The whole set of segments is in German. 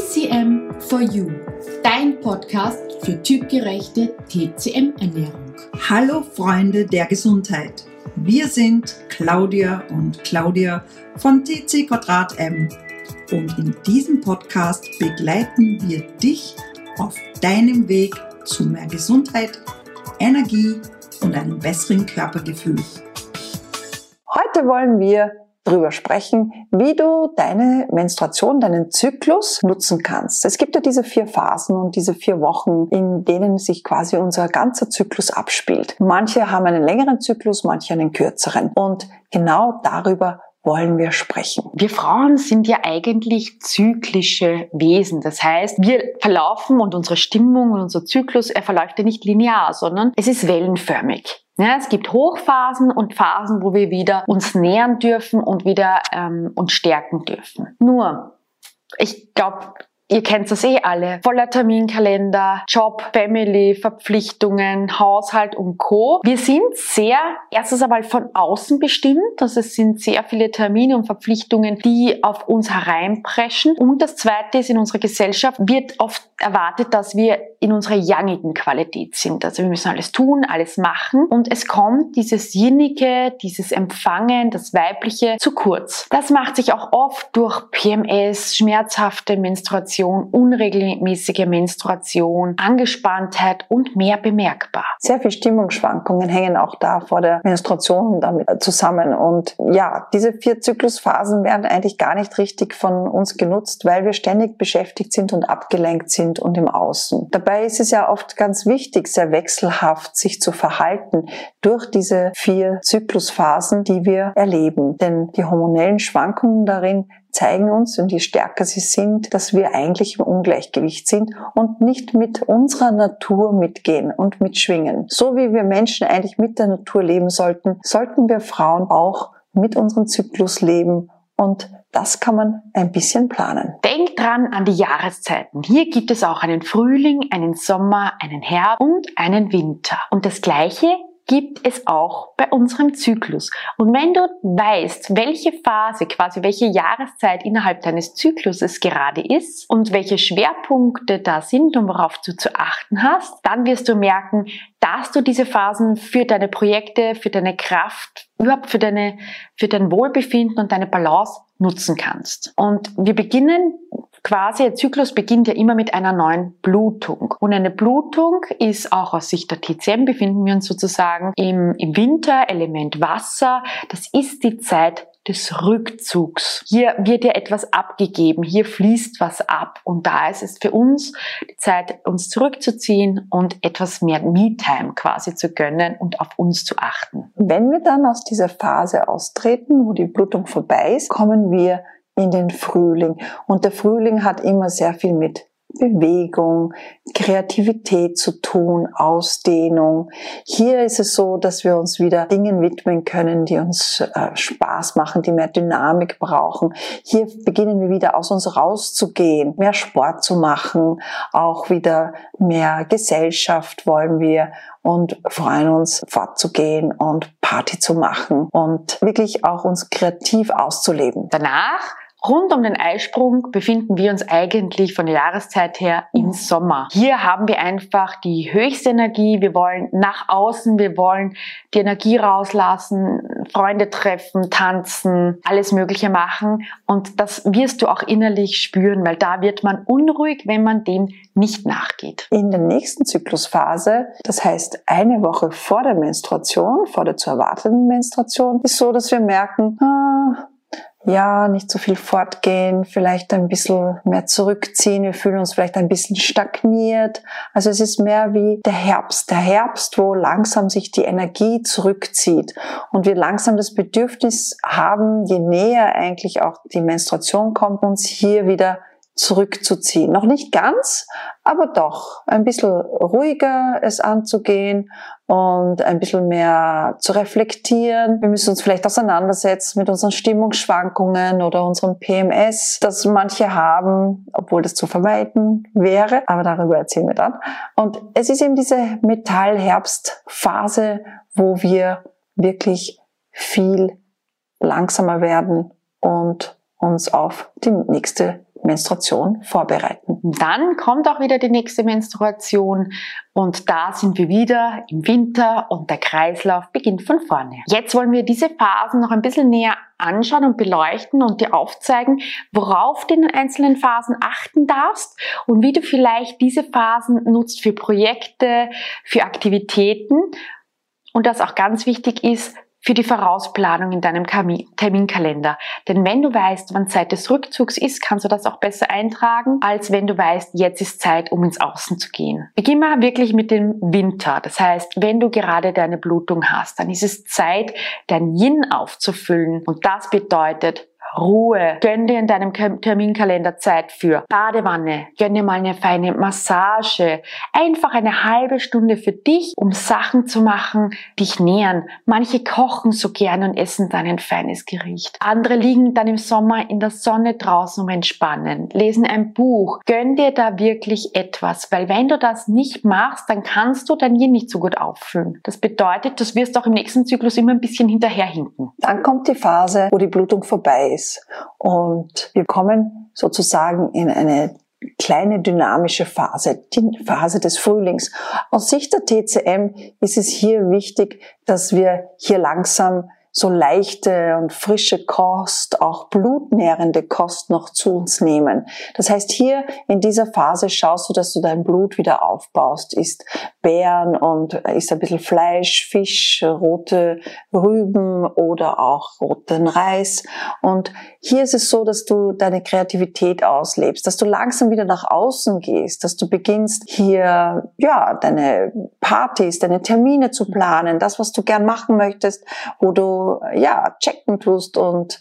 TCM for You, dein Podcast für typgerechte TCM-Ernährung. Hallo Freunde der Gesundheit, wir sind Claudia und Claudia von TC Quadrat M und in diesem Podcast begleiten wir dich auf deinem Weg zu mehr Gesundheit, Energie und einem besseren Körpergefühl. Heute wollen wir darüber sprechen, wie du deine Menstruation, deinen Zyklus nutzen kannst. Es gibt ja diese 4 Phasen und diese 4 Wochen, in denen sich quasi unser ganzer Zyklus abspielt. Manche haben einen längeren Zyklus, manche einen kürzeren. Und genau darüber wollen wir sprechen. Wir Frauen sind ja eigentlich zyklische Wesen. Das heißt, wir verlaufen und unsere Stimmung und unser Zyklus, er verläuft ja nicht linear, sondern es ist wellenförmig. Ja, es gibt Hochphasen und Phasen, wo wir wieder uns nähern dürfen und wieder uns stärken dürfen. Nur, ich glaube, ihr kennt das alle. Voller Terminkalender, Job, Family, Verpflichtungen, Haushalt und Co. Wir sind erstens einmal von außen bestimmt. Also es sind sehr viele Termine und Verpflichtungen, die auf uns hereinpreschen. Und das Zweite ist, in unserer Gesellschaft wird oft erwartet, dass wir in unserer yangigen Qualität sind. Also wir müssen alles tun, alles machen. Und es kommt dieses Yinnige, dieses Empfangen, das Weibliche zu kurz. Das macht sich auch oft durch PMS, schmerzhafte Menstruation, unregelmäßige Menstruation, Angespanntheit und mehr bemerkbar. Sehr viel Stimmungsschwankungen hängen auch da vor der Menstruation damit zusammen. Und ja, diese 4 Zyklusphasen werden eigentlich gar nicht richtig von uns genutzt, weil wir ständig beschäftigt sind und abgelenkt sind und im Außen. Dabei ist es ja oft ganz wichtig, sehr wechselhaft sich zu verhalten durch diese 4 Zyklusphasen, die wir erleben. Denn die hormonellen Schwankungen darin zeigen uns, und je stärker sie sind, dass wir eigentlich im Ungleichgewicht sind und nicht mit unserer Natur mitgehen und mitschwingen. So wie wir Menschen eigentlich mit der Natur leben sollten, sollten wir Frauen auch mit unserem Zyklus leben, und das kann man ein bisschen planen. Denk dran an die Jahreszeiten. Hier gibt es auch einen Frühling, einen Sommer, einen Herbst und einen Winter. Und das Gleiche gibt es auch bei unserem Zyklus. Und wenn du weißt, welche Phase, quasi welche Jahreszeit innerhalb deines Zyklus es gerade ist und welche Schwerpunkte da sind und worauf du zu achten hast, dann wirst du merken, dass du diese Phasen für deine Projekte, für deine Kraft, überhaupt für dein Wohlbefinden und deine Balance nutzen kannst. Und wir beginnen quasi, der Zyklus beginnt ja immer mit einer neuen Blutung. Und eine Blutung ist auch aus Sicht der TCM, befinden wir uns sozusagen im Winter, Element Wasser. Das ist die Zeit des Rückzugs. Hier wird ja etwas abgegeben, hier fließt was ab. Und da ist es für uns die Zeit, uns zurückzuziehen und etwas mehr Me-Time quasi zu gönnen und auf uns zu achten. Wenn wir dann aus dieser Phase austreten, wo die Blutung vorbei ist, kommen wir in den Frühling. Und der Frühling hat immer sehr viel mit Bewegung, Kreativität zu tun, Ausdehnung. Hier ist es so, dass wir uns wieder Dingen widmen können, die uns Spaß machen, die mehr Dynamik brauchen. Hier beginnen wir wieder aus uns rauszugehen, mehr Sport zu machen, auch wieder mehr Gesellschaft wollen wir und freuen uns, fortzugehen und Party zu machen und wirklich auch uns kreativ auszuleben. Danach, rund um den Eisprung, befinden wir uns eigentlich von der Jahreszeit her im Sommer. Hier haben wir einfach die höchste Energie. Wir wollen nach außen, wir wollen die Energie rauslassen, Freunde treffen, tanzen, alles Mögliche machen. Und das wirst du auch innerlich spüren, weil da wird man unruhig, wenn man dem nicht nachgeht. In der nächsten Zyklusphase, das heißt eine Woche vor der Menstruation, vor der zu erwartenden Menstruation, ist so, dass wir merken, nicht so viel fortgehen, vielleicht ein bisschen mehr zurückziehen, wir fühlen uns vielleicht ein bisschen stagniert. Also es ist mehr wie der Herbst, wo langsam sich die Energie zurückzieht und wir langsam das Bedürfnis haben, je näher eigentlich auch die Menstruation kommt, uns hier wieder zurückzuziehen. Noch nicht ganz, aber doch ein bisschen ruhiger es anzugehen und ein bisschen mehr zu reflektieren. Wir müssen uns vielleicht auseinandersetzen mit unseren Stimmungsschwankungen oder unserem PMS, das manche haben, obwohl das zu vermeiden wäre, aber darüber erzählen wir dann. Und es ist eben diese Metallherbstphase, wo wir wirklich viel langsamer werden und uns auf die nächste Menstruation vorbereiten. Dann kommt auch wieder die nächste Menstruation und da sind wir wieder im Winter und der Kreislauf beginnt von vorne. Jetzt wollen wir diese Phasen noch ein bisschen näher anschauen und beleuchten und dir aufzeigen, worauf du in den einzelnen Phasen achten darfst und wie du vielleicht diese Phasen nutzt für Projekte, für Aktivitäten und das auch ganz wichtig ist, für die Vorausplanung in deinem Terminkalender. Denn wenn du weißt, wann Zeit des Rückzugs ist, kannst du das auch besser eintragen, als wenn du weißt, jetzt ist Zeit, um ins Außen zu gehen. Beginn mal wirklich mit dem Winter. Das heißt, wenn du gerade deine Blutung hast, dann ist es Zeit, dein Yin aufzufüllen. Und das bedeutet Ruhe. Gönn dir in deinem Terminkalender Zeit für Badewanne. Gönn dir mal eine feine Massage. Einfach eine halbe Stunde für dich, um Sachen zu machen, dich nähern. Manche kochen so gerne und essen dann ein feines Gericht. Andere liegen dann im Sommer in der Sonne draußen und entspannen. Lesen ein Buch. Gönn dir da wirklich etwas, weil wenn du das nicht machst, dann kannst du dein Yin nicht so gut auffüllen. Das bedeutet, du wirst auch im nächsten Zyklus immer ein bisschen hinterherhinken. Dann kommt die Phase, wo die Blutung vorbei ist. Und wir kommen sozusagen in eine kleine dynamische Phase, die Phase des Frühlings. Aus Sicht der TCM ist es hier wichtig, dass wir hier langsam so leichte und frische Kost, auch blutnährende Kost noch zu uns nehmen. Das heißt, hier in dieser Phase schaust du, dass du dein Blut wieder aufbaust, isst Beeren und isst ein bisschen Fleisch, Fisch, rote Rüben oder auch roten Reis. Und hier ist es so, dass du deine Kreativität auslebst, dass du langsam wieder nach außen gehst, dass du beginnst hier, deine Partys, deine Termine zu planen, das, was du gern machen möchtest, wo du checken tust und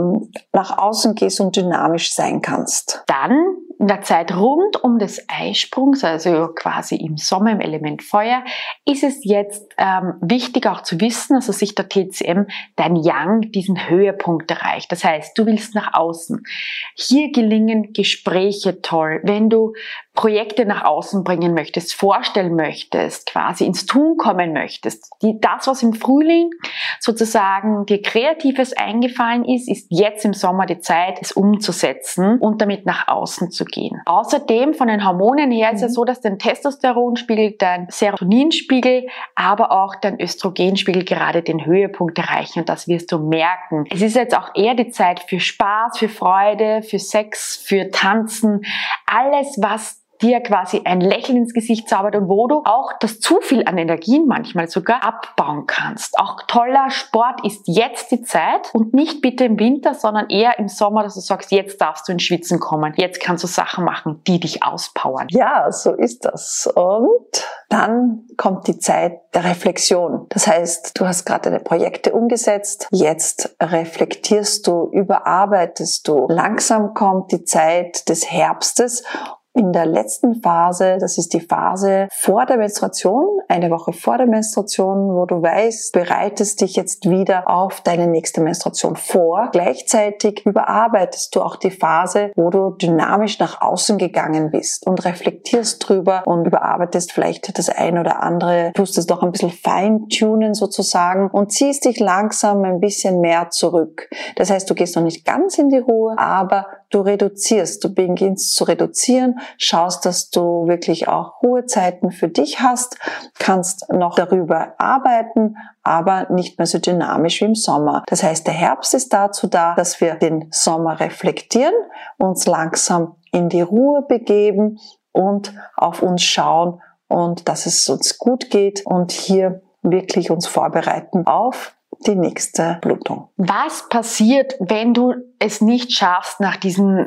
nach außen gehst und dynamisch sein kannst. Dann in der Zeit rund um des Eisprungs, also quasi im Sommer im Element Feuer, ist es jetzt wichtig auch zu wissen, also Sicht der TCM, dein Yang diesen Höhepunkt erreicht. Das heißt, du willst nach außen. Hier gelingen Gespräche toll. Wenn du Projekte nach außen bringen möchtest, vorstellen möchtest, quasi ins Tun kommen möchtest. Das, was im Frühling sozusagen dir Kreatives eingefallen ist jetzt im Sommer die Zeit, es umzusetzen und damit nach außen zu gehen. Außerdem von den Hormonen her ist es so, dass dein Testosteronspiegel, dein Serotoninspiegel, aber auch dein Östrogenspiegel gerade den Höhepunkt erreichen und das wirst du merken. Es ist jetzt auch eher die Zeit für Spaß, für Freude, für Sex, für Tanzen, alles, was dir quasi ein Lächeln ins Gesicht zaubert und wo du auch das zu viel an Energien manchmal sogar abbauen kannst. Auch toller Sport ist jetzt die Zeit und nicht bitte im Winter, sondern eher im Sommer, dass du sagst, jetzt darfst du ins Schwitzen kommen, jetzt kannst du Sachen machen, die dich auspowern. Ja, so ist das. Und dann kommt die Zeit der Reflexion. Das heißt, du hast gerade deine Projekte umgesetzt, jetzt reflektierst du, überarbeitest du. Langsam kommt die Zeit des Herbstes. In der letzten Phase, das ist die Phase vor der Menstruation, eine Woche vor der Menstruation, wo du weißt, bereitest dich jetzt wieder auf deine nächste Menstruation vor. Gleichzeitig überarbeitest du auch die Phase, wo du dynamisch nach außen gegangen bist und reflektierst drüber und überarbeitest vielleicht das ein oder andere, tust es doch ein bisschen feintunen sozusagen und ziehst dich langsam ein bisschen mehr zurück. Das heißt, du gehst noch nicht ganz in die Ruhe, aber du reduzierst, du beginnst zu reduzieren, schaust, dass du wirklich auch Ruhezeiten für dich hast, kannst noch darüber arbeiten, aber nicht mehr so dynamisch wie im Sommer. Das heißt, der Herbst ist dazu da, dass wir den Sommer reflektieren, uns langsam in die Ruhe begeben und auf uns schauen und dass es uns gut geht und hier wirklich uns vorbereiten auf die nächste Blutung. Was passiert, wenn du es nicht schaffst, nach diesen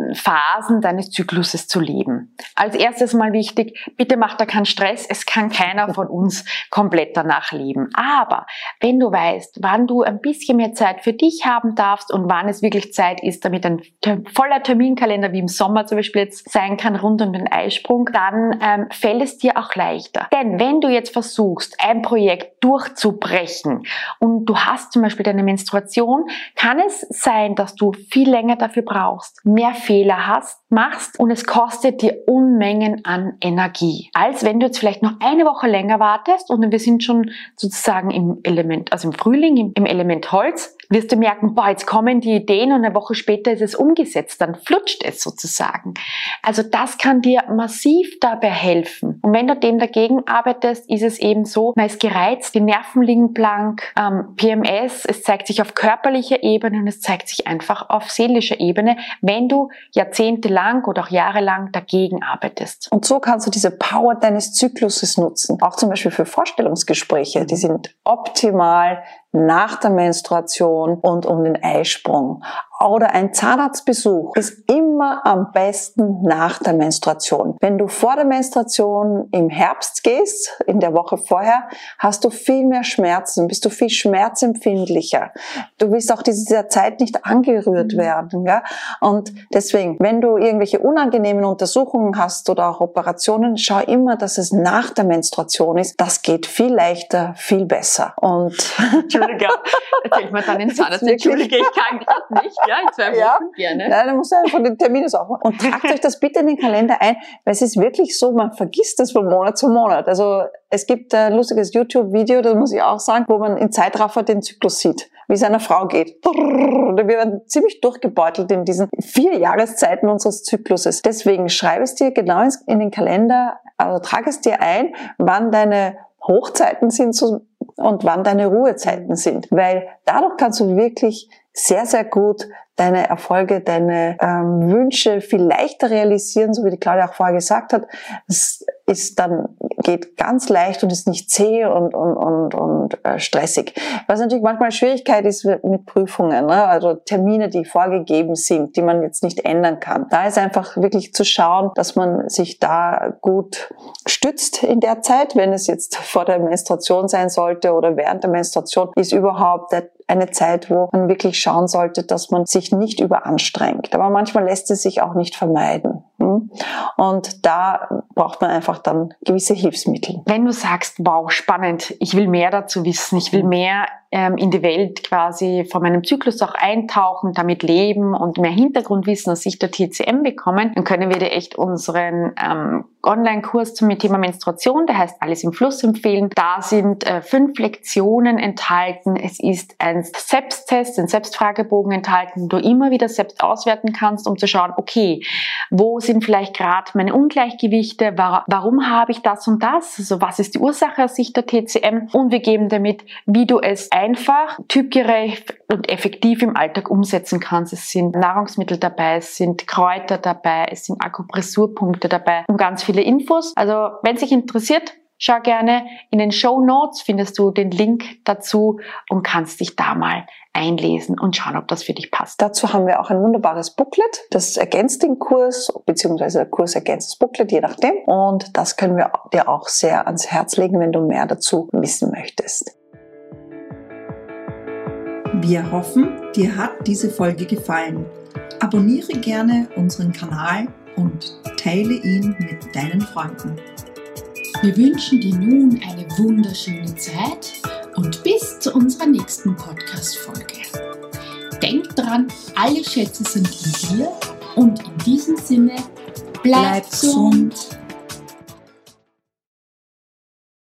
Phasen deines Zykluses zu leben? Als erstes mal wichtig, bitte mach da keinen Stress, es kann keiner von uns komplett danach leben. Aber wenn du weißt, wann du ein bisschen mehr Zeit für dich haben darfst und wann es wirklich Zeit ist, damit ein voller Terminkalender wie im Sommer zum Beispiel jetzt sein kann, rund um den Eisprung, dann fällt es dir auch leichter. Denn wenn du jetzt versuchst, ein Projekt durchzubrechen und du hast zum Beispiel deine Menstruation, kann es sein, dass du viel länger dafür brauchst, mehr Fehler machst und es kostet dir Unmengen an Energie. Als wenn du jetzt vielleicht noch eine Woche länger wartest und wir sind schon sozusagen im Element, also im Frühling, im Element Holz, wirst du merken, boah, jetzt kommen die Ideen und eine Woche später ist es umgesetzt, dann flutscht es sozusagen. Also das kann dir massiv dabei helfen. Und wenn du dem dagegen arbeitest, ist es eben so, man ist gereizt, die Nerven liegen blank, PMS, es zeigt sich auf körperlicher Ebene und es zeigt sich einfach auf seelischer Ebene, wenn du jahrzehntelang oder auch jahrelang dagegen arbeitest. Und so kannst du diese Power deines Zykluses nutzen. Auch zum Beispiel für Vorstellungsgespräche. Die sind optimal nach der Menstruation und um den Eisprung. Oder ein Zahnarztbesuch ist immer am besten nach der Menstruation. Wenn du vor der Menstruation im Herbst gehst, in der Woche vorher, hast du viel mehr Schmerzen, bist du viel schmerzempfindlicher. Du willst auch dieser Zeit nicht angerührt werden. Ja? Und deswegen, wenn du irgendwelche unangenehmen Untersuchungen hast oder auch Operationen, schau immer, dass es nach der Menstruation ist. Das geht viel leichter, viel besser. Und Entschuldige, erzähl mir dann den Zahnarzt. Entschuldige, ich kann gerade nicht. Ja, in 2 Wochen gerne. Nein, dann musst du einfach den Termin aufmachen. Und tragt euch das bitte in den Kalender ein, weil es ist wirklich so, man vergisst das von Monat zu Monat. Also es gibt ein lustiges YouTube-Video, das muss ich auch sagen, wo man in Zeitraffer den Zyklus sieht, wie es einer Frau geht. Wir werden ziemlich durchgebeutelt in diesen 4 Jahreszeiten unseres Zykluses. Deswegen schreib es dir genau in den Kalender, also trag es dir ein, wann deine Hochzeiten sind und wann deine Ruhezeiten sind. Weil dadurch kannst du wirklich sehr, sehr gut deine Erfolge, deine Wünsche viel leichter realisieren, so wie die Claudia auch vorher gesagt hat. Es geht ganz leicht und ist nicht zäh und stressig. Was natürlich manchmal Schwierigkeit ist mit Prüfungen, ne? Also Termine, die vorgegeben sind, die man jetzt nicht ändern kann. Da ist einfach wirklich zu schauen, dass man sich da gut stützt in der Zeit, wenn es jetzt vor der Menstruation sein sollte oder während der Menstruation, ist überhaupt eine Zeit, wo man wirklich schauen sollte, dass man sich nicht überanstrengt. Aber manchmal lässt es sich auch nicht vermeiden. Und da braucht man einfach dann gewisse Hilfsmittel. Wenn du sagst, wow, spannend, ich will mehr dazu wissen, ich will mehr in die Welt quasi von meinem Zyklus auch eintauchen, damit leben und mehr Hintergrundwissen aus Sicht der TCM bekommen, dann können wir dir echt unseren Online-Kurs zum Thema Menstruation, der heißt Alles im Fluss, empfehlen. Da sind 5 Lektionen enthalten. Es ist ein Selbsttest, ein Selbstfragebogen enthalten, den du immer wieder selbst auswerten kannst, um zu schauen, okay, wo sind vielleicht gerade meine Ungleichgewichte, warum habe ich das und das, also was ist die Ursache aus Sicht der TCM, und wir geben damit, wie du es einfach, typgerecht und effektiv im Alltag umsetzen kannst. Es sind Nahrungsmittel dabei, es sind Kräuter dabei, es sind Akupressurpunkte dabei und ganz viele Infos. Also wenn es dich interessiert, schau gerne in den Shownotes, findest du den Link dazu und kannst dich da mal einlesen und schauen, ob das für dich passt. Dazu haben wir auch ein wunderbares Booklet. Das ergänzt den Kurs, beziehungsweise der Kurs ergänzt das Booklet, je nachdem. Und das können wir dir auch sehr ans Herz legen, wenn du mehr dazu wissen möchtest. Wir hoffen, dir hat diese Folge gefallen. Abonniere gerne unseren Kanal und teile ihn mit deinen Freunden. Wir wünschen dir nun eine wunderschöne Zeit und bis zu unserer nächsten Podcast-Folge. Denk dran, alle Schätze sind in dir und in diesem Sinne, bleib gesund.